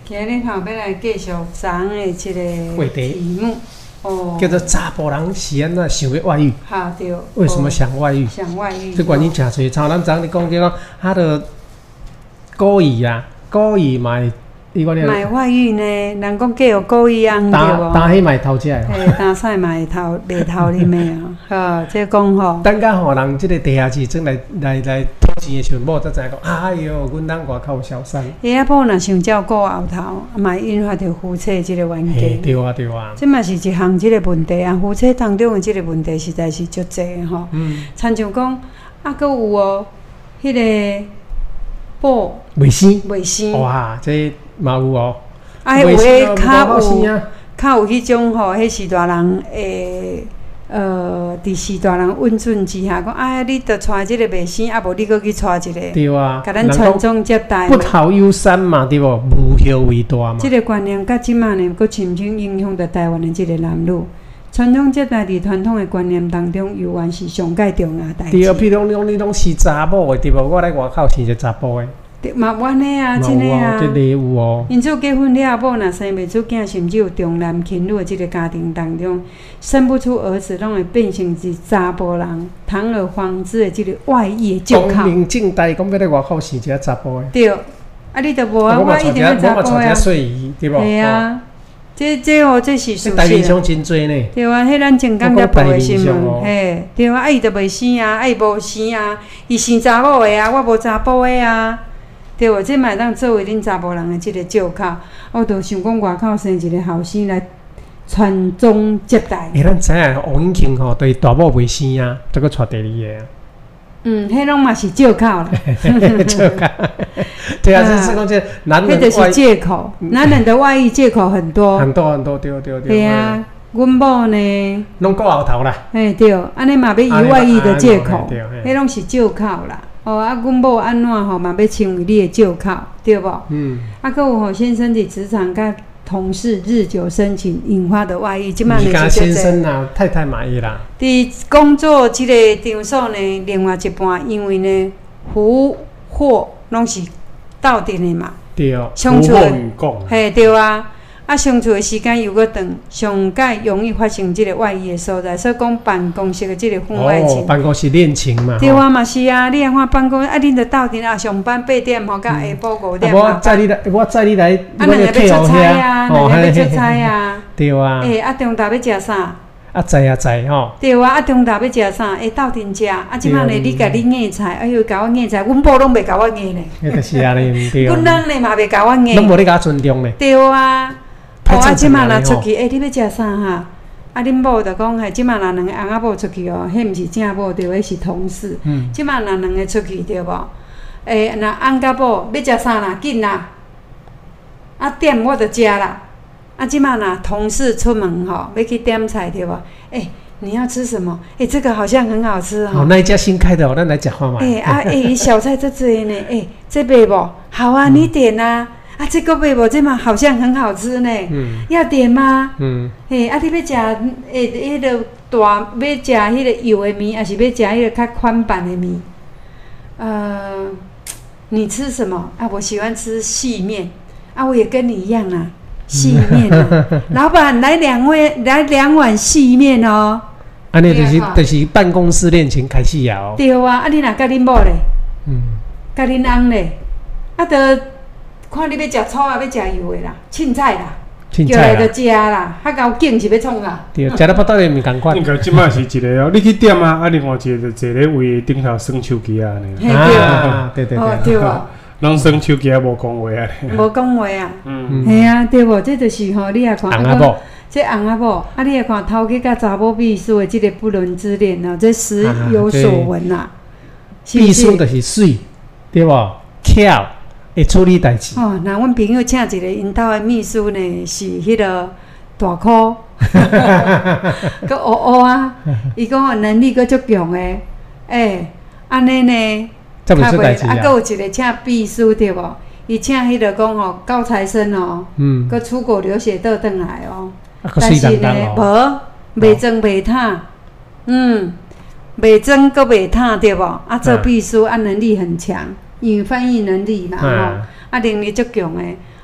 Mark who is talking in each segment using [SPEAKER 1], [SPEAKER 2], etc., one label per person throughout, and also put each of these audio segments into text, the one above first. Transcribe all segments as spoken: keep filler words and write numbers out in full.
[SPEAKER 1] 今日吼要来继续昨昏的这个题目，哦，
[SPEAKER 2] 叫做查甫人是安怎想要外遇？
[SPEAKER 1] 好对。
[SPEAKER 2] 为什么想外遇？
[SPEAKER 1] 想外遇，
[SPEAKER 2] 这原因真侪。像咱昨昏咧讲，就讲他的故意啊，故意买。
[SPEAKER 1] 买外遇呢？人讲计有故意啊，对无？
[SPEAKER 2] 打迄买偷食的。
[SPEAKER 1] 嘿，打菜买偷袂偷啉的啊！好，这讲吼。
[SPEAKER 2] 等甲互人即个地下室转来来来偷钱的时候，某才知影讲，哎哟，阮人外口有小三。
[SPEAKER 1] 伊阿某若想照顾后头，嘛引发着夫妻即个冤家。
[SPEAKER 2] 对啊，对啊。
[SPEAKER 1] 这嘛是一项即个问题啊！夫妻当中的即个问题实在是足济吼。嗯。亲像讲，啊，佫有哦，迄个宝
[SPEAKER 2] 卫生。
[SPEAKER 1] 卫生。
[SPEAKER 2] 哇，这。嘛有哦，
[SPEAKER 1] 啊，有诶较有较有迄种吼，迄时大人诶，呃，伫时大人温顺之下，讲哎，你着带即个卫生，啊无你佫去带一个，
[SPEAKER 2] 对啊，
[SPEAKER 1] 甲咱传宗接代，
[SPEAKER 2] 不孝有三嘛，对无？无孝为大嘛。
[SPEAKER 1] 即个观念，甲即满呢，佫深深影响着台湾的即个男女。传宗接代伫传统的观念当中，永远是上界重要代志。
[SPEAKER 2] 对啊，譬如讲，你拢是查某的，对无？我来外口生一个查甫的。
[SPEAKER 1] 对，嘛有安尼啊，真诶啊，
[SPEAKER 2] 这例有哦。
[SPEAKER 1] 因此结婚了后，若生袂出囝，甚至有重男轻女的即个家庭当中，生不出儿子，拢会变成是查甫人堂而皇之的即个外遇的借口。
[SPEAKER 2] 光明正大讲要咧外口生一个查甫的。
[SPEAKER 1] 对，啊，你着无啊，我一定要查甫啊。
[SPEAKER 2] 我嘛带一岁姨，对无？
[SPEAKER 1] 系啊，这这哦，这是事实。
[SPEAKER 2] 台面上真多呢。
[SPEAKER 1] 对啊，迄咱前刚才报的新闻，嘿，对啊，啊伊着袂生啊，啊伊无生啊，伊生查某的啊，我无查甫的啊。对无？这嘛当作为恁查甫人的即个借口，我着想讲外口生一个后生来传宗接代。
[SPEAKER 2] 诶，咱知影王永庆吼对大某袂生啊，再搁带第二个啊。
[SPEAKER 1] 嗯，迄拢嘛是借口啦。
[SPEAKER 2] 借口。对啊，就是讲这男人。
[SPEAKER 1] 迄就是借口，男人的外遇借口很多。
[SPEAKER 2] 很多很多，对对对。
[SPEAKER 1] 对啊，阮某呢？
[SPEAKER 2] 拢顾后头啦。
[SPEAKER 1] 嘿对，安尼嘛要以外遇的借口，迄拢是借口啦。哦，啊，阮某安怎吼嘛要成为你的借口，对无？嗯。啊，佮有吼先生伫职场甲同事日久生情引发的外遇，即摆呢是
[SPEAKER 2] 先生啦，太太嘛会啦。
[SPEAKER 1] 伫工作即个场所呢，另外一半因为呢福祸拢是斗阵的嘛。
[SPEAKER 2] 对哦。
[SPEAKER 1] 相处的。
[SPEAKER 2] 嘿，
[SPEAKER 1] 对啊。啊，相处的时间又搁长，上界容易发生即个外遇的所在，所以讲办公室的即个婚外情。
[SPEAKER 2] 哦，办公室恋情嘛。
[SPEAKER 1] 对啊，嘛是啊，你看办公，啊，恁着斗阵啊，上班八点吼，到下晡五点。
[SPEAKER 2] 我载你来，我载你来。
[SPEAKER 1] 啊，两个要出差啊，两个要出差啊。
[SPEAKER 2] 对啊。
[SPEAKER 1] 诶，啊，中昼要食啥？
[SPEAKER 2] 啊，知啊知吼。
[SPEAKER 1] 对啊，啊，中昼要食啥？会斗阵食。啊，即摆呢，你家己硬菜，哎呦，甲我硬菜，阮某拢袂甲我硬咧。
[SPEAKER 2] 迄就是安尼，对。
[SPEAKER 1] 阮人呢嘛袂甲我硬。
[SPEAKER 2] 拢无你甲尊重咧。
[SPEAKER 1] 对啊。哦，啊，即马若出去，诶、欸，你要食啥哈？啊，恁某着讲，嘿，即马若两个翁仔某出去哦，迄毋是正某，对，迄是同事。嗯。即马若两个出去，对无？诶、欸，若翁甲某要食啥啦？紧啦！啊，点我着食啦。啊，即马若同事出门吼，要去点菜，对无？诶、欸，你要吃什么？诶、欸，这个好像很好吃哈。
[SPEAKER 2] 哦，那一家新开的哦，咱来食看嘛。
[SPEAKER 1] 诶、欸，啊，诶、欸，小菜这多呢，诶、欸，这买无？好啊，你点啊。啊，这个买无？这嘛好像很好吃呢。嗯。要点吗？嗯。嘿，啊，你要食诶，迄个大，要食迄个油的面，还是要食迄个较宽版的面？呃，你吃什么？啊，我喜欢吃细面。啊，我也跟你一样啊，细面啊。老板，来两位，来两碗细面哦。
[SPEAKER 2] 安尼就是就是办公室恋情开始啊。
[SPEAKER 1] 对啊，啊，你若甲恁某咧？嗯。甲恁翁咧？啊，得。看你要食醋啊，要食油的啦，凊彩啦，叫来就食啦，较高劲是要创啊。
[SPEAKER 2] 对，食了腹肚的毋共款。
[SPEAKER 3] 应该即摆是一个哦，你去点啊，啊，另外一个就坐咧位顶头耍手机啊，安尼。
[SPEAKER 1] 啊，
[SPEAKER 2] 对对对。
[SPEAKER 1] 哦，对哦。
[SPEAKER 3] 人耍手机啊，无讲话啊。
[SPEAKER 1] 无讲话啊。嗯。系啊，对无？这就是吼，你也看。
[SPEAKER 2] 翁仔某。
[SPEAKER 1] 这翁仔某，啊，你也看头家甲查某秘书的这个不伦之恋哦，这时有所闻呐。
[SPEAKER 2] 秘书就是水，对无？巧。会处理代志。
[SPEAKER 1] 哦，那阮朋友请一个因兜的秘书呢，是迄个大箍，佮乌乌啊，伊讲哦能力佮足强诶，诶，安尼呢，
[SPEAKER 2] 才袂出代志啊。
[SPEAKER 1] 啊，佮有一个请秘书对无？伊请迄个讲吼高材生哦，嗯，佮出国留学倒转来哦，但是呢，无袂装袂贪，嗯，袂装佮袂贪对无？啊，做秘书啊能力很强。因为翻译能力嘛吼，啊能力足强诶，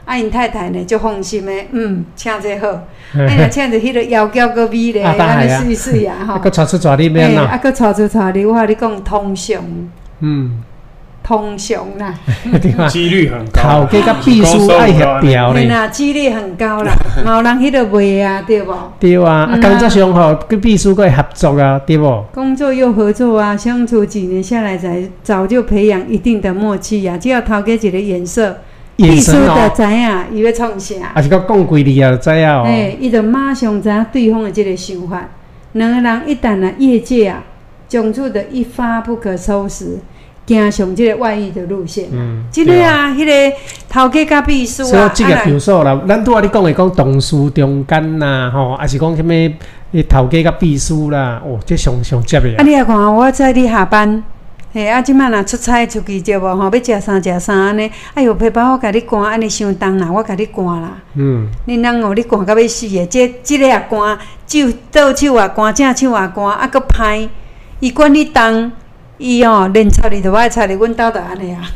[SPEAKER 1] 啊，因太太呢就放心的，嗯，请这好。啊，若请着迄个窈窕个美丽，安尼水水啊，吼。
[SPEAKER 2] 啊，佮带出带你免
[SPEAKER 1] 啊，佮带出带你，我甲你讲通常。嗯。通常啦，
[SPEAKER 3] 几率很高。
[SPEAKER 2] 头家甲秘书爱协调咧。
[SPEAKER 1] 啦，几率很高啦，嘛有人迄个卖啊，对无？
[SPEAKER 2] 对啊，啊，工作上吼，跟秘书佮合作啊，对无？
[SPEAKER 1] 工作又合作啊，相处几年下来，才早就培养一定的默契啊。只要头家一个眼色，秘书就知影伊要创啥。
[SPEAKER 2] 啊，是佮讲几字啊，就知影哦。
[SPEAKER 1] 哎，伊就马上知影对方的这个想法。两个人一旦啊，业界啊，种出的一发不可收拾。行上即个外遇的路线，嗯，真个啊，迄、那个头家甲秘书啊，
[SPEAKER 2] 所以职业比数啦，咱拄仔你讲的讲同事中间啦，吼，还是讲什么迄头家甲秘书啦，哦，这上上接的啊。
[SPEAKER 1] 啊，你来看，我载你下班，嘿，啊，即摆若出差出去对无吼，要食啥食啥安尼，哎哟，皮包我甲你赶，安尼伤重啦，我甲你赶啦。嗯，恁人哦，你赶到要死的，这这个也赶，手倒手也赶，正手也赶，啊，搁歹，伊管你重。伊哦，连插你都爱插你，阮兜就安尼啊。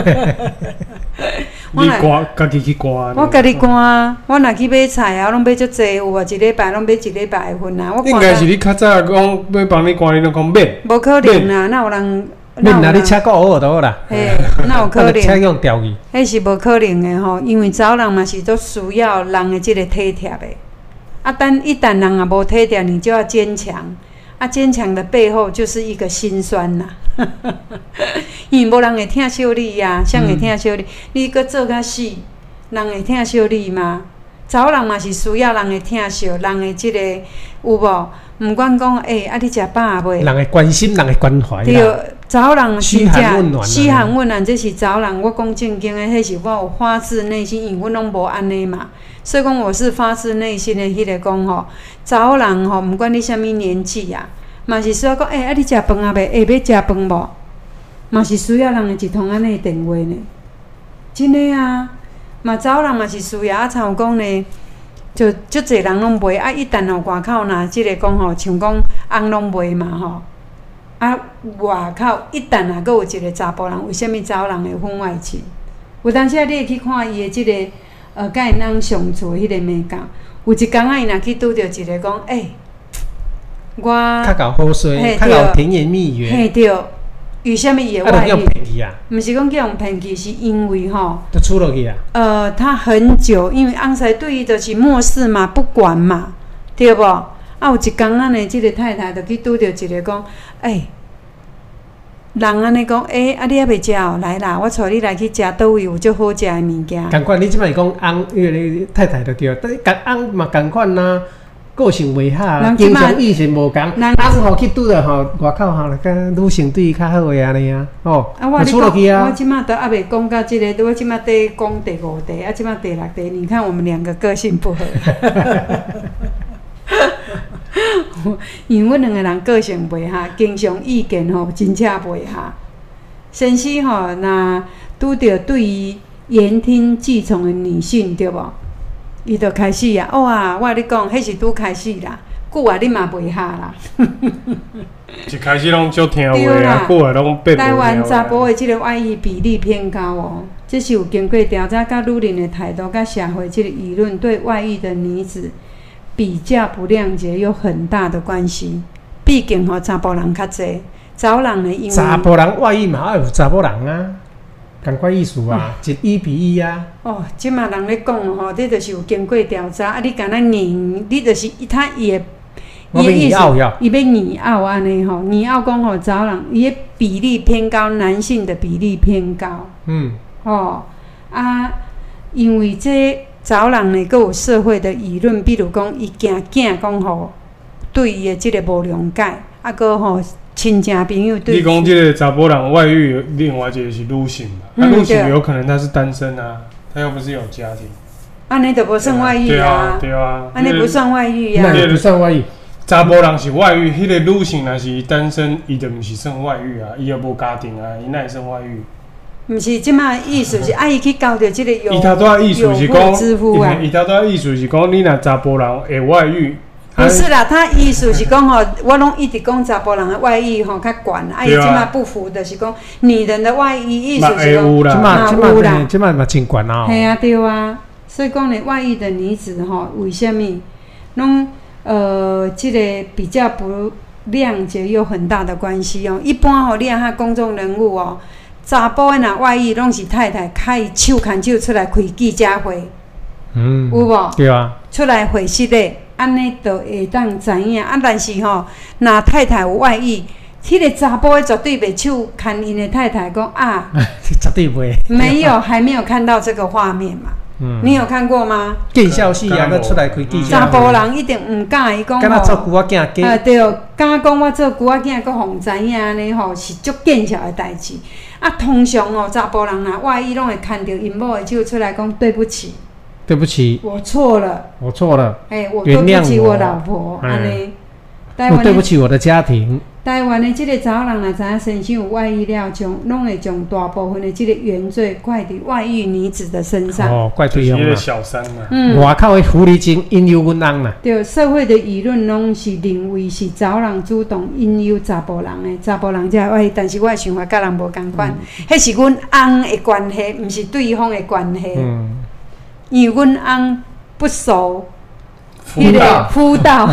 [SPEAKER 3] 你赶，家己去赶。
[SPEAKER 1] 我家己赶，我若去买菜啊，我拢买足济，有啊，一礼拜拢买一礼拜的份啊。
[SPEAKER 3] 应该是你较早讲要帮你赶，你拢讲免。
[SPEAKER 1] 无可能啦，哪有人？
[SPEAKER 2] 免啦，你车够好就好啦。
[SPEAKER 1] 嘿，哪有可能？
[SPEAKER 2] 车用调去。
[SPEAKER 1] 迄是无可能的吼，因为查某人嘛是都需要人的即个体贴的。啊，但一旦人也无体贴，你就要坚强。啊，坚强的背后就是一个心酸呐、啊，因为无人会疼惜你呀、啊，谁会疼惜你？你搁做甲死，人会疼惜你吗？查某人嘛是需要人的疼惜，人的即、这个有无？毋管讲，诶、欸，啊，你食饱未？
[SPEAKER 2] 人的关心，人的关怀。
[SPEAKER 1] 对，查某人
[SPEAKER 2] 嘘寒问暖，
[SPEAKER 1] 嘘寒问暖，这是查某人。我讲正经的，迄是我有发自内心，因为阮拢无安尼嘛。所以讲，我是发自内心的迄个讲吼，查某人吼，毋管你啥物年纪啊，嘛是需要讲，诶、欸，啊，你食饭啊未？下要食饭无？嘛是需要人的一通安尼电话呢。真诶啊，嘛查某人嘛是需要啊，像有讲呢。就足侪人拢卖啊！一旦吼外口若即个讲吼，像讲翁拢卖嘛吼，啊外口一旦若阁有一个查甫人，为虾米查某人会婚外情？有当时啊，你会去看伊的即、這个呃，甲因人相处迄个美感。有一工啊，伊若去拄着一个讲，诶、欸，我
[SPEAKER 2] 较搞好水，较搞甜言蜜语，
[SPEAKER 1] 嘿对。为虾米伊会外遇？
[SPEAKER 2] 啊，
[SPEAKER 1] 毋是讲叫人骗去，是因为吼，
[SPEAKER 2] 就出落去啊。
[SPEAKER 1] 呃，他很久，因为翁婿对伊就是漠视嘛，不管嘛，对无？啊，有一工仔呢，即个太太就去拄着一个讲，诶、欸，人安尼讲，诶、欸，啊，你还袂食哦？来啦，我带你来去食倒位有足好食的物件。
[SPEAKER 2] 共款，你即摆是讲翁，因为太太就对，但是共翁嘛共款啦。个性袂合，经常意识无共，翁吼去拄着吼外口吼，甲女性对伊较好诶安尼啊，吼，就出落去啊。
[SPEAKER 1] 我即马都还袂讲到即、這個，我即马在讲第五题，啊，即马第六题，你看我们两个个性不合，因为阮两个人个性袂合，经常意见吼真正袂合。先是吼，若拄着对于言听计从的女性，对无？伊就开始啊，哇！我甲你讲，迄是拄开始啦，久啊你嘛袂合啦。
[SPEAKER 3] 一开始拢足听话啊，久啊拢变无听话。
[SPEAKER 1] 台湾查甫的即个外遇比例偏高哦，这是有经过调查，甲女人的态度、甲社会即个舆论对外遇的女子比较不谅解有很大的关系。毕竟吼，查甫人较济，查某人呢因为
[SPEAKER 2] 查甫人外遇嘛，有查某人啊。同款意思啊，一一比一啊。
[SPEAKER 1] 哦，即马人咧讲吼，这就是有经过调查啊。你敢若硬，你就是他也，
[SPEAKER 2] 伊的意思，
[SPEAKER 1] 伊要硬拗安尼吼，硬拗讲吼，查某人伊的比例偏高，男性的比例偏高。嗯。哦啊，因为这查某人呢，阁有社会的舆论，比如讲伊惊囝讲吼，对伊的即个无谅解，啊，阁吼。亲戚朋友对，
[SPEAKER 3] 你讲这个查甫人外遇，另外一个是女性嘛？啊，女性有可能她是单身啊，她又不是有家庭，
[SPEAKER 1] 安尼就无算外遇啊？
[SPEAKER 3] 对啊，
[SPEAKER 1] 安尼不算外遇啊？
[SPEAKER 2] 那不算外遇。
[SPEAKER 3] 查甫人是外遇，迄个女性若是单身，伊就毋是算外遇啊，伊又无家庭啊，伊哪会算外遇？
[SPEAKER 1] 毋是，即摆意思是啊，伊去交着即个有
[SPEAKER 3] 伊头拄仔意思是讲，
[SPEAKER 1] 之夫啊。
[SPEAKER 3] 伊头拄仔意思是讲，你若查甫人会外遇。
[SPEAKER 1] 不是啦，他意思是讲吼，我拢一直讲查甫人的外遇吼较悬，啊，伊即马不服的是讲女人的外遇，意思是讲
[SPEAKER 2] 即马即马即马嘛真悬啊。
[SPEAKER 1] 系啊，对啊，所以讲呢，外遇的女子吼，为什么拢呃，这个比较不谅解有很大的关系哦。一般吼，你啊哈公众人物哦，查甫的若外遇，拢是太太开手牵手出来开记者会，嗯，有无？
[SPEAKER 2] 对啊，
[SPEAKER 1] 出来回息咧。安尼就会当知影啊，但是吼，若太太有外遇，迄、那个查甫绝对袂手牵因的太太讲啊，
[SPEAKER 2] 绝对袂。
[SPEAKER 1] 没有，还没有看到这个画面嘛。嗯，你有看过吗？
[SPEAKER 2] 见笑戏啊，佮出来开记者会。
[SPEAKER 1] 查甫人一定毋敢伊讲吼。
[SPEAKER 2] 敢若做古仔囝。
[SPEAKER 1] 啊对，敢讲我做古仔囝，佮互知影安尼吼是足见笑的代志。啊，通常吼查甫人若外遇，拢会牵着因某的手出来讲对不起。
[SPEAKER 2] 对不起，
[SPEAKER 1] 我错了，
[SPEAKER 2] 我错了，
[SPEAKER 1] 哎，我对不起我老婆，安尼。
[SPEAKER 2] 我对不起我的家庭。
[SPEAKER 1] 台湾的这个查某人若知影身上有外遇了，将拢会将大部分的这个原罪怪伫外遇女子的身上。
[SPEAKER 2] 哦，怪对方啦。
[SPEAKER 3] 小三啦。
[SPEAKER 1] 嗯。
[SPEAKER 2] 外口的狐狸精引诱阮翁啦。
[SPEAKER 1] 对，社会的舆论拢是认为是查某人主动引诱查甫人的，查甫人才外遇，但是我的想法甲人无共款，迄、嗯、是阮翁的关系，毋是对方的关系。嗯。因为阮翁不熟，
[SPEAKER 3] 辅导
[SPEAKER 1] 辅导，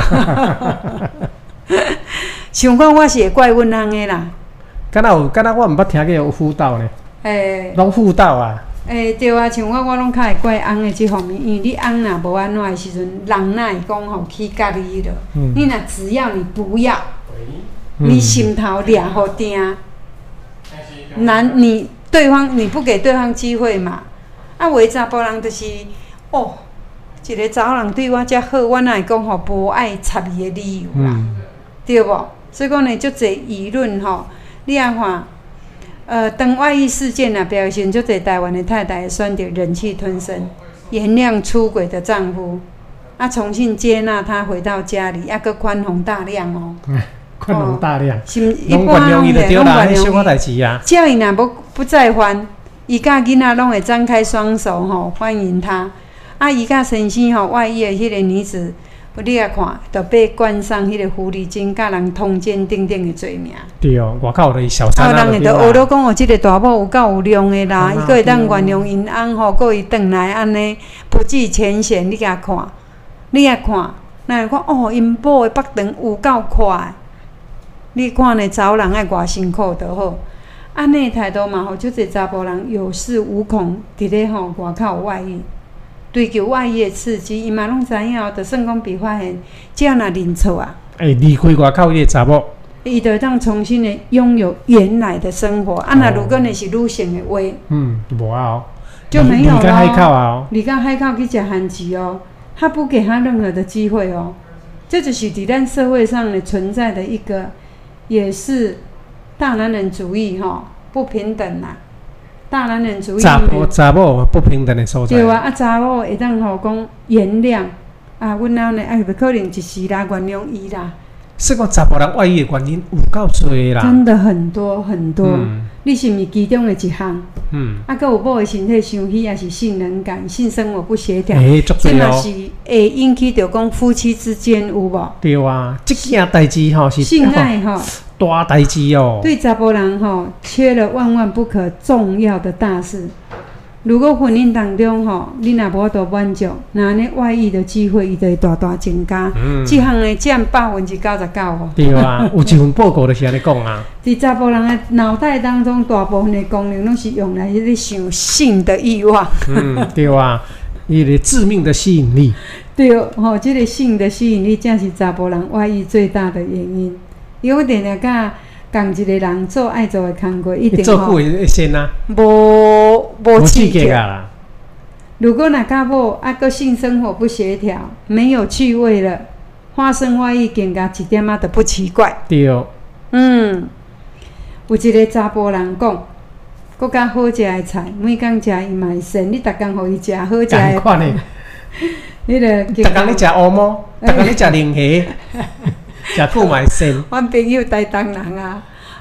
[SPEAKER 1] 想讲我是会怪阮翁的啦。
[SPEAKER 2] 敢若有，敢若我毋捌听过有辅导呢。诶，拢辅导啊。
[SPEAKER 1] 诶，对啊，像我我拢较会怪翁的即方面，因为你翁若无安怎的时阵，人哪会讲吼去甲你了？嗯、你若只要你不要，嗯、你心头掠好定，难你对方你不给对方机会嘛？啊，有的查甫人就是哦，一个查某人对我遮好，我哪会讲吼无爱插伊的理由啦，嗯、对无？所以讲呢，足侪舆论吼，你啊看，呃，当外遇事件啊表现，足侪台湾的太太选择忍气吞声，原谅出轨的丈夫，啊，重新接纳他回到家里，啊，佮宽宏大量哦。嗯
[SPEAKER 2] 宽宏大量，
[SPEAKER 1] 哦、是一般
[SPEAKER 2] 容易就对啦，迄小可代志啊。
[SPEAKER 1] 只要伊若不不再犯。伊甲囡仔拢会张开双手吼欢迎他，啊！伊甲身边吼外遇的迄个女子，你来看，就被冠上迄个狐狸精甲人通奸等等的罪名。
[SPEAKER 2] 对哦，外口就是小三
[SPEAKER 1] 啊。啊，人会就学到讲哦，即个大某有够有量的啦，伊佫会当原谅因翁吼，佫会转来安尼不计前嫌。你甲看，你来看，那讲哦，因某的腹肠有够快。你看呢，查某人爱偌辛苦就好。安尼态度嘛，吼，足侪查甫人有恃无恐，伫咧吼外口有外遇，追求外遇的刺激，伊嘛拢知影哦，就算讲被发现，只要若认错啊，
[SPEAKER 2] 诶、欸，离开外口迄个查某，
[SPEAKER 1] 伊就当重新的拥有原来的生活。啊，若如果你是女性的话，
[SPEAKER 2] 嗯，无啊哦，
[SPEAKER 1] 就没有了。
[SPEAKER 2] 离开海口啊哦，
[SPEAKER 1] 离开海口去食番薯哦，他不给他任何的机会哦，这就是伫咱社会上的存在的一个，也是。大男人主义吼不平等啦，大男人主义。查
[SPEAKER 2] 甫查某不平等的所在。
[SPEAKER 1] 对啊，啊查某会当吼讲原谅啊，阮老呢，啊不可能一时啦原谅伊啦。
[SPEAKER 2] 说讲查甫人外遇的原因有够多啦。
[SPEAKER 1] 真的很多很多，嗯、你是毋是其中的一项？嗯。啊，佮有某的身体伤虚，也是性能感、性生活不协调，
[SPEAKER 2] 诶、欸，足多哦。
[SPEAKER 1] 这嘛是会引起着讲夫妻之间有无？
[SPEAKER 2] 对啊，这件代志吼是
[SPEAKER 1] 性爱吼。
[SPEAKER 2] 大代志哦，
[SPEAKER 1] 对查甫人吼，缺了万万不可重要的大事。如果婚姻当中吼，你若无多满足，那安尼外遇的机会，伊就会大大增加。嗯，这项呢占百分之九十九哦。
[SPEAKER 2] 对啊，有一份报告就是安尼讲啊。
[SPEAKER 1] 伫查甫人的脑袋当中，大部分的功能拢是用来咧想性的欲望。嗯，
[SPEAKER 2] 对啊，伊个致命的吸引力。
[SPEAKER 1] 对哦，吼，这个性的吸引力，正是查甫人外遇最大的原因。因为定定甲共一个人做爱做的工作，一定
[SPEAKER 2] 做久会先啊，
[SPEAKER 1] 无无刺激
[SPEAKER 2] 啦。
[SPEAKER 1] 如果若甲某啊个性生活不协调，没有趣味了，发生外遇更加一点仔都不奇怪。
[SPEAKER 2] 对哦。
[SPEAKER 1] 嗯，有一个查甫人讲，佮较好食的菜，每工食伊嘛会sen你逐工互伊食好食的。
[SPEAKER 2] 同款的。
[SPEAKER 1] 你著
[SPEAKER 2] 逐工咧食乌毛，逐工咧食零虾。食久嘛会sen。
[SPEAKER 1] 阮朋友台东人啊，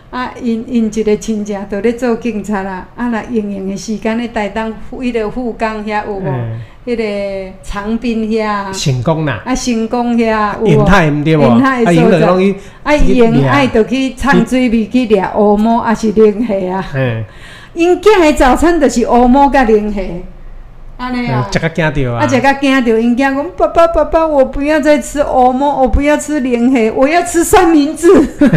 [SPEAKER 1] 啊，因因一个亲戚都咧做警察啦，啊，若用用的时间咧台东迄个富冈遐有无？迄、嗯、个长滨遐。成功啦。啊，成功遐有无？延泰毋对无？延泰所在。啊，用爱就去唱水味去掠乌毛，还是零虾啊？嗯。因囝的早餐就是乌毛甲零虾。安尼啊，食甲惊着啊！啊，食甲惊着，因囝讲：爸爸，爸爸，我不要再吃欧莫，我不要吃莲虾，我要吃三明治。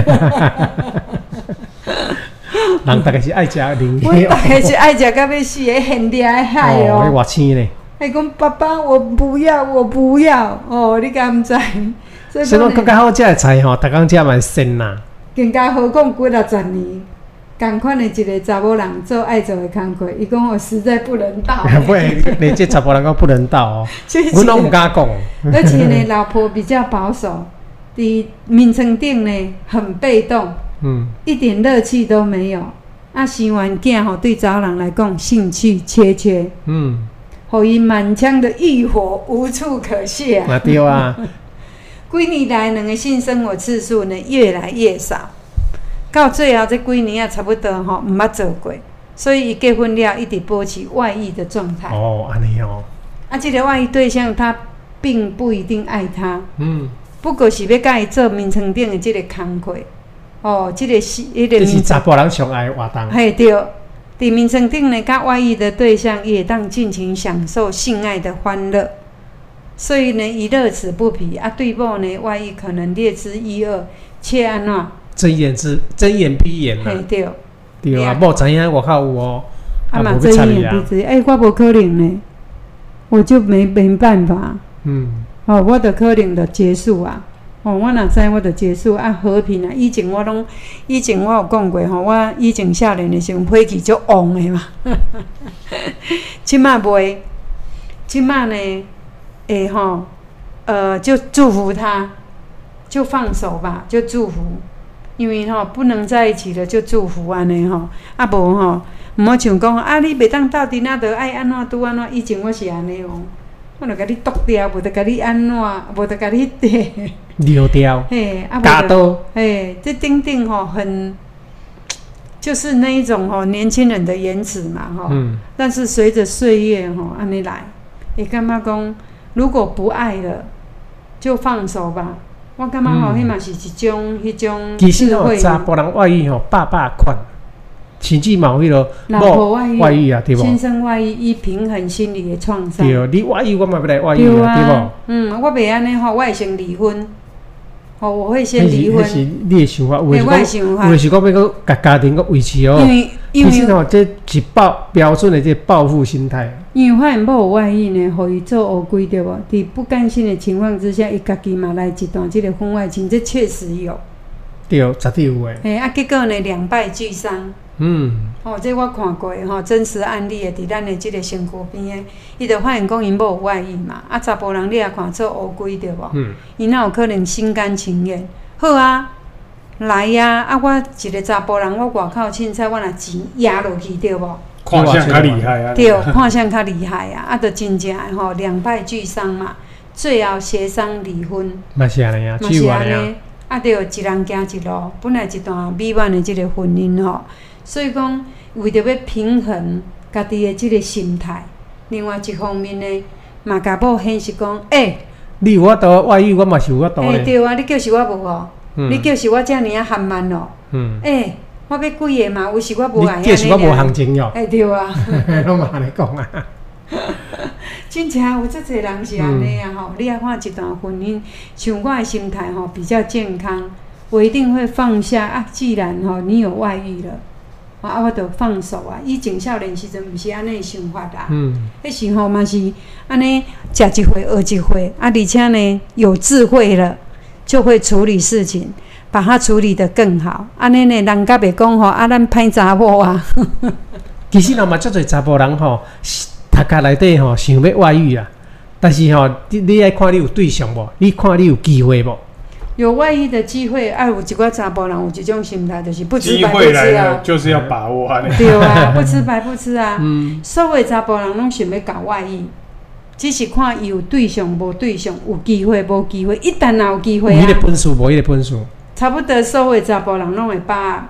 [SPEAKER 1] 人大概是爱食莲虾，我大概是爱食到要死，迄现地的海哦，迄偌青咧。伊讲：爸爸，我不要，我不要。哦，你敢毋知？所以讲更加好食的菜吼，逐工食嘛鲜啦。更加何况几啊十年。同款的一个查某人做爱做的工课，伊讲我实在不能倒。不，连这查甫人讲不能倒哦，我拢唔敢讲。而且呢，老婆比较保守，伫眠床顶呢很被动，嗯，一点乐趣都没有。啊，生完囝吼，对查某人来讲兴趣缺缺，嗯，互伊满腔的欲火无处可泄啊。对啊。几年来，两个性生活次数呢越来越少。到最后这几年啊，差不多吼，毋捌做过，所以伊结婚了，一直保持外遇的状态。哦，安尼哦。啊，这个外遇对象他并不一定爱他，嗯，不过是要甲伊做眠床顶的这个工课。哦，这个是迄个。这是查甫人上爱的活动。嘿，对，伫眠床顶呢，甲外遇的对象也当尽情享受性爱的欢乐，所以呢，伊乐此不疲。啊，对某呢，外遇可能略知一二，却安怎？睁眼之睁眼闭眼啦，对对啊，无知影外口有哦，啊嘛睁眼闭嘴，哎、欸，我无可能呢，我就没没办法，嗯，哦，我的可能就结束啊，哦，我若知我就结束啊，和平啊，以前我拢，以前我有讲过吼，我以前少年的时候脾气足旺的嘛，即马袂，即马呢，诶吼，呃，就祝福他，就放手吧，就祝福。因为吼、喔、不能在一起了，就祝福安尼吼，啊无吼，毋好像讲啊，你袂当斗阵啊，着爱安怎拄安怎。以前我是安尼哦，我着甲你剁掉，无着甲你安怎，无着甲你溜掉。嘿，啊无着，嘿，这顶顶吼很，就是那一种吼、喔、年轻人的言辞嘛吼。嗯。但是随着岁月吼安尼来，会感觉讲，如果不爱了，就放手吧。我感觉吼，迄嘛是一种、迄种智慧。其实吼，查甫人外遇吼，百百款，甚至嘛有迄落老婆外遇，外遇啊，对无？先生外遇，以平衡心理的创伤。对，你外遇，我嘛要来外遇啊，对无？嗯，我袂安尼吼，我会先离婚。吼，我会先离婚。迄是你的想法，有的是讲，有的是讲要个家家庭个维持哦。因为因为其实吼，这是报标准的这报复心态。因为发现某有外遇呢，互伊做乌龟对无？伫不甘心的情况之下，伊家己嘛来一段这个婚外情，这确实有。对，绝对有诶。嘿，啊，结果呢，两败俱伤。嗯。哦，这我看过吼，真实案例诶，伫咱的这个身躯边诶，伊就发现讲因某有外遇嘛，啊，查甫人你也看做乌龟对无？嗯。伊哪有可能心甘情愿？好啊，来呀！啊，我一个查甫人，我外口凊彩，我若钱压落去对无？看相较厉害啊！对，看相较厉害啊！啊，就真正诶吼，两败俱伤嘛，最后协商离婚。嘛是安尼啊，嘛是安尼。啊，就一人行一路，本来一段美满的这个婚姻吼，所以讲为着要平衡家己的这个心态，另外一方面呢，嘛甲某显示讲，诶、欸，你有法度外遇，我嘛是有法度咧。对啊，你就是我无哦，嗯、你就是我遮尔啊含慢哦。嗯。诶、欸。我要几个嘛？有时我无爱安尼。你就是我无行情哟。哎，对啊，拢嘛安尼讲啊。真正有遮侪人是安尼啊吼！你要看一段婚姻，像我的心态吼比较健康，我一定会放下啊。既然吼你有外遇了，啊我就放手啊。以前少年时阵毋是安尼想法啦。嗯。迄时候嘛是安尼，食一回学一回啊，而且呢有智慧了，就会处理事情。把它处理得更好，安尼呢，人家袂讲吼，啊，咱歹查某啊。其实若嘛，足侪查甫人吼，头壳内底吼想要外遇啊，但是吼，你你爱看你有对象无？你看你有机会无？有外遇的机会，爱有一寡查甫人有一种心态，就是不吃白不吃啊。机会来了，就是要把握啊。对啊，不吃白不吃啊。嗯。所有查甫人拢想要搞外遇，只是看伊有对象无对象，有机会无机会，一旦若有机会啊。伊个本事无伊个本事。差不多所有查甫人拢会把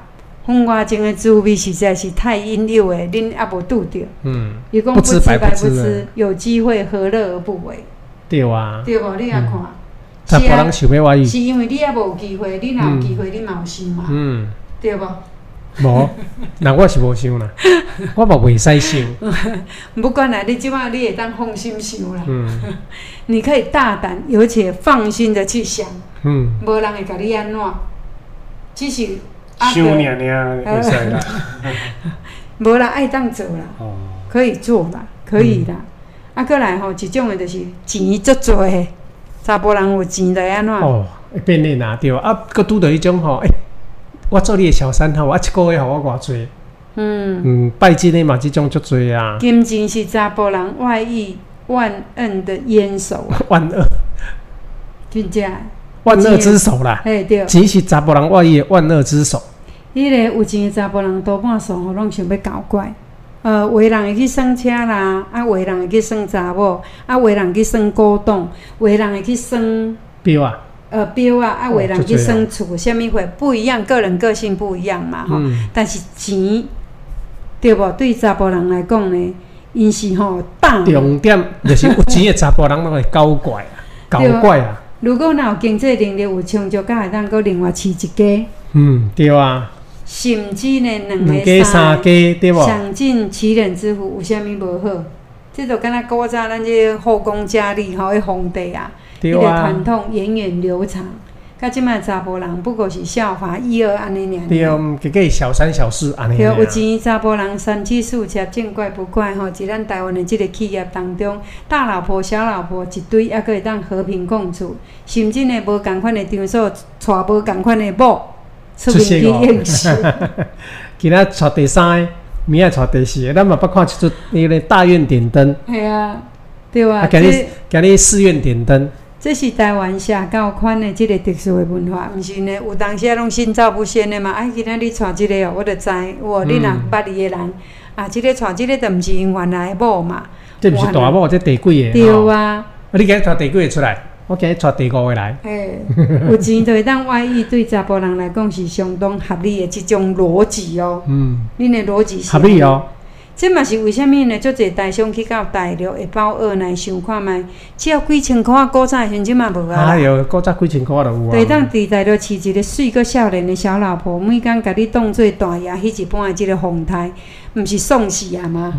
[SPEAKER 1] 婚外情的滋味实在是太引诱的，恁也无拄着。嗯，伊讲
[SPEAKER 2] 不知白不知，
[SPEAKER 1] 不知有机会何乐而不为？
[SPEAKER 2] 对啊，
[SPEAKER 1] 对无？你也看，
[SPEAKER 2] 查甫人想要外遇，
[SPEAKER 1] 是因为你也无机会，你若有机会，你嘛有想嘛，嗯，对无？
[SPEAKER 2] 无，那我是无想啦，我嘛袂使想。
[SPEAKER 1] 不管啦，你即摆你会当放心想啦。嗯，你可以大胆而且放心的去想。嗯，无人会甲你安怎，只是
[SPEAKER 3] 想念念会使啦。
[SPEAKER 1] 无人爱当做啦，哦、可以做啦，可以啦。嗯、啊，过来吼，一种的就是钱足多的，查甫人有钱就安怎？哦，
[SPEAKER 2] 会变脸啊，对啊，佮拄到迄种吼，诶、欸。我做你的小三吼，啊一个月互我偌济？嗯嗯，拜金的嘛，这种足多啊。
[SPEAKER 1] 金钱是查甫人外遇万恶的烟手。
[SPEAKER 2] 万恶，
[SPEAKER 1] 真正。
[SPEAKER 2] 万恶之首啦。
[SPEAKER 1] 嘿对。
[SPEAKER 2] 钱是查甫人外遇的万恶之首。
[SPEAKER 1] 迄个有钱的查甫人多半数吼，拢想要搞怪。呃，有的人会去算车啦，啊，有的人会去算查某，啊，有的人去算古董，有的人会去算
[SPEAKER 2] 表啊。
[SPEAKER 1] 呃，标啊，啊，有的人去算厝，啥物货不一样，个人个性不一样嘛，吼、嗯。但是钱，对无？对查甫人来讲呢，因是吼大。
[SPEAKER 2] 重点就是有钱的查甫人拢会搞怪啊，搞怪啊。
[SPEAKER 1] 如果若有经济能力，有充足，才会当搁另外饲一家。
[SPEAKER 2] 嗯，对啊。
[SPEAKER 1] 甚至呢，两个、
[SPEAKER 2] 三三家，对无？
[SPEAKER 1] 享尽其人之福，有啥物无好？这就敢若古早咱这后宫佳丽吼，迄皇帝啊。迄、啊、个传统源远流长，甲即摆查甫人不过是效法一二安尼尔。
[SPEAKER 2] 对，嗯，个个小三小四安尼。
[SPEAKER 1] 对，有钱查甫人三妻四妾，见怪不怪吼。在咱台湾的即个企业当中，大老婆、小老婆一堆，还可以当和平共处，甚至呢无共款的场所，娶无共款的某，出面去应酬。
[SPEAKER 2] 今仔娶第三个，明仔娶第四个，咱嘛捌看一出那个大院点灯。
[SPEAKER 1] 系啊，对啊。
[SPEAKER 2] 啊，今日今日寺院点灯。
[SPEAKER 1] 这是台湾社交款的即个特殊的文化，毋是呢？有当时啊，拢心照不宣的嘛。哎，今仔你娶即个哦，我就知，哦，你若捌伊的人，啊，即个娶即个，就毋是因原来的某嘛。
[SPEAKER 2] 这毋是大某，这第几个？
[SPEAKER 1] 对啊。
[SPEAKER 2] 啊，你今日娶第几个出来？我今日娶第五个来。
[SPEAKER 1] 诶，有钱就会当外遇，对查甫人来讲是相当合理的一种逻辑哦。嗯。恁的逻辑是
[SPEAKER 2] 合理哦。
[SPEAKER 1] 这嘛是为虾米呢？足侪台商去到大陆会包二奶想看卖，只要几千块，古早现今嘛无啊。
[SPEAKER 2] 哎哟，古早几千块就有啊。
[SPEAKER 1] 对，当伫大陆饲一个水个少年的小老婆，每工甲你当做大爷，迄一般的即个风态，毋是送死啊吗？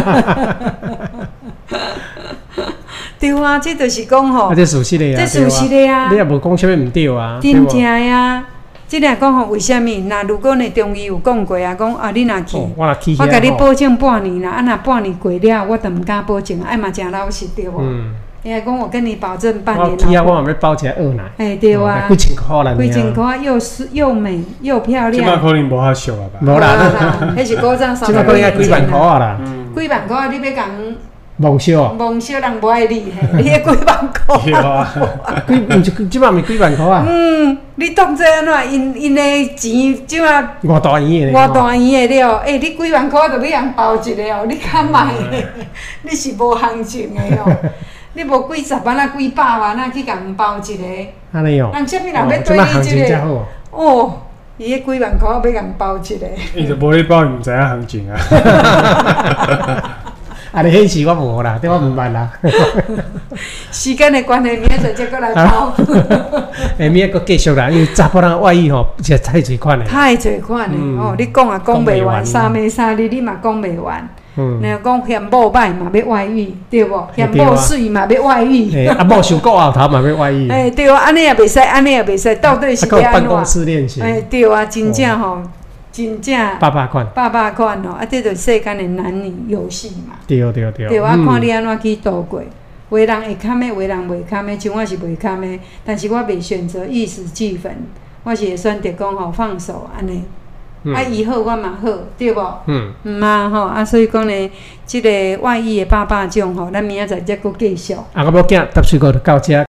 [SPEAKER 1] 对啊，这就是讲吼。
[SPEAKER 2] 啊，这属实的啊。
[SPEAKER 1] 这属实的啊。
[SPEAKER 2] 你也无讲啥物毋对啊。
[SPEAKER 1] 真正呀。即个讲吼，为虾米？那如果呢，中医有讲过啊，讲啊，你若去，
[SPEAKER 2] 哦、我去
[SPEAKER 1] 我甲你保证半年啦，啊，若半年过了，我就毋敢保证，爱嘛真老实对无？嗯。伊来讲，我跟你保证半年。
[SPEAKER 2] 我去啊，我嘛要包一个二奶。
[SPEAKER 1] 哎，对啊。
[SPEAKER 2] 几千块啦，
[SPEAKER 1] 几千块又是又美又漂亮。即
[SPEAKER 3] 摆可能无遐俗啊吧？
[SPEAKER 2] 无
[SPEAKER 1] 啦，迄是古早三百
[SPEAKER 2] 几年前。即摆可能几万块啊啦。
[SPEAKER 1] 几万块，你要讲？
[SPEAKER 2] 梦小，
[SPEAKER 1] 梦小人无爱你嘿，你迄几万块。
[SPEAKER 2] 对啊，几毋是即摆咪几万块啊？
[SPEAKER 1] 嗯，你当做安怎？因因的钱即摆
[SPEAKER 2] 偌大圆
[SPEAKER 1] 的，偌大圆的了。诶、欸，你几万块就要人包一个哦，你敢买？你是无行情的哦。你无几十万啊，几百万啊，去甲人包一个。
[SPEAKER 2] 安尼哦。
[SPEAKER 1] 人啥物人要对你即、这个？哦，伊迄几万块要甲人包一个。
[SPEAKER 3] 伊就无咧包，毋知影行情啊。
[SPEAKER 2] 啊！你迄时我无啦，对我毋捌啦。
[SPEAKER 1] 时间的关系，明仔载再过来包。
[SPEAKER 2] 下明仔佫继续啦，因为查甫人外遇吼，实在太侪款嘞。
[SPEAKER 1] 太侪款嘞！哦，你讲也讲袂完，三暝三日你嘛讲袂完。嗯。然后讲嫌某歹嘛要外遇，对无？嫌某水嘛要外遇。
[SPEAKER 2] 诶，啊某伤顾后头嘛要外遇。
[SPEAKER 1] 诶，对啊，安尼也袂使，安尼也袂使，到底是要安怎？
[SPEAKER 2] 办公室恋情。
[SPEAKER 1] 诶，对啊，真正吼。真正
[SPEAKER 2] 百百款，
[SPEAKER 1] 百百款哦！啊，这就是世间的男女游戏嘛。
[SPEAKER 2] 对对对。
[SPEAKER 1] 对，我看你安怎去度过。有的人会堪的，有的人袂堪的，像我是袂堪的，但是我袂选择一时俱焚，我是会选择讲吼放手安尼。嗯、啊，伊好我嘛好，对无？嗯。嗯啊吼，啊所以讲呢，即、這個外遇的百百種吼，咱明仔载再佫繼續。
[SPEAKER 2] 啊，我要囝搭水果就到遮。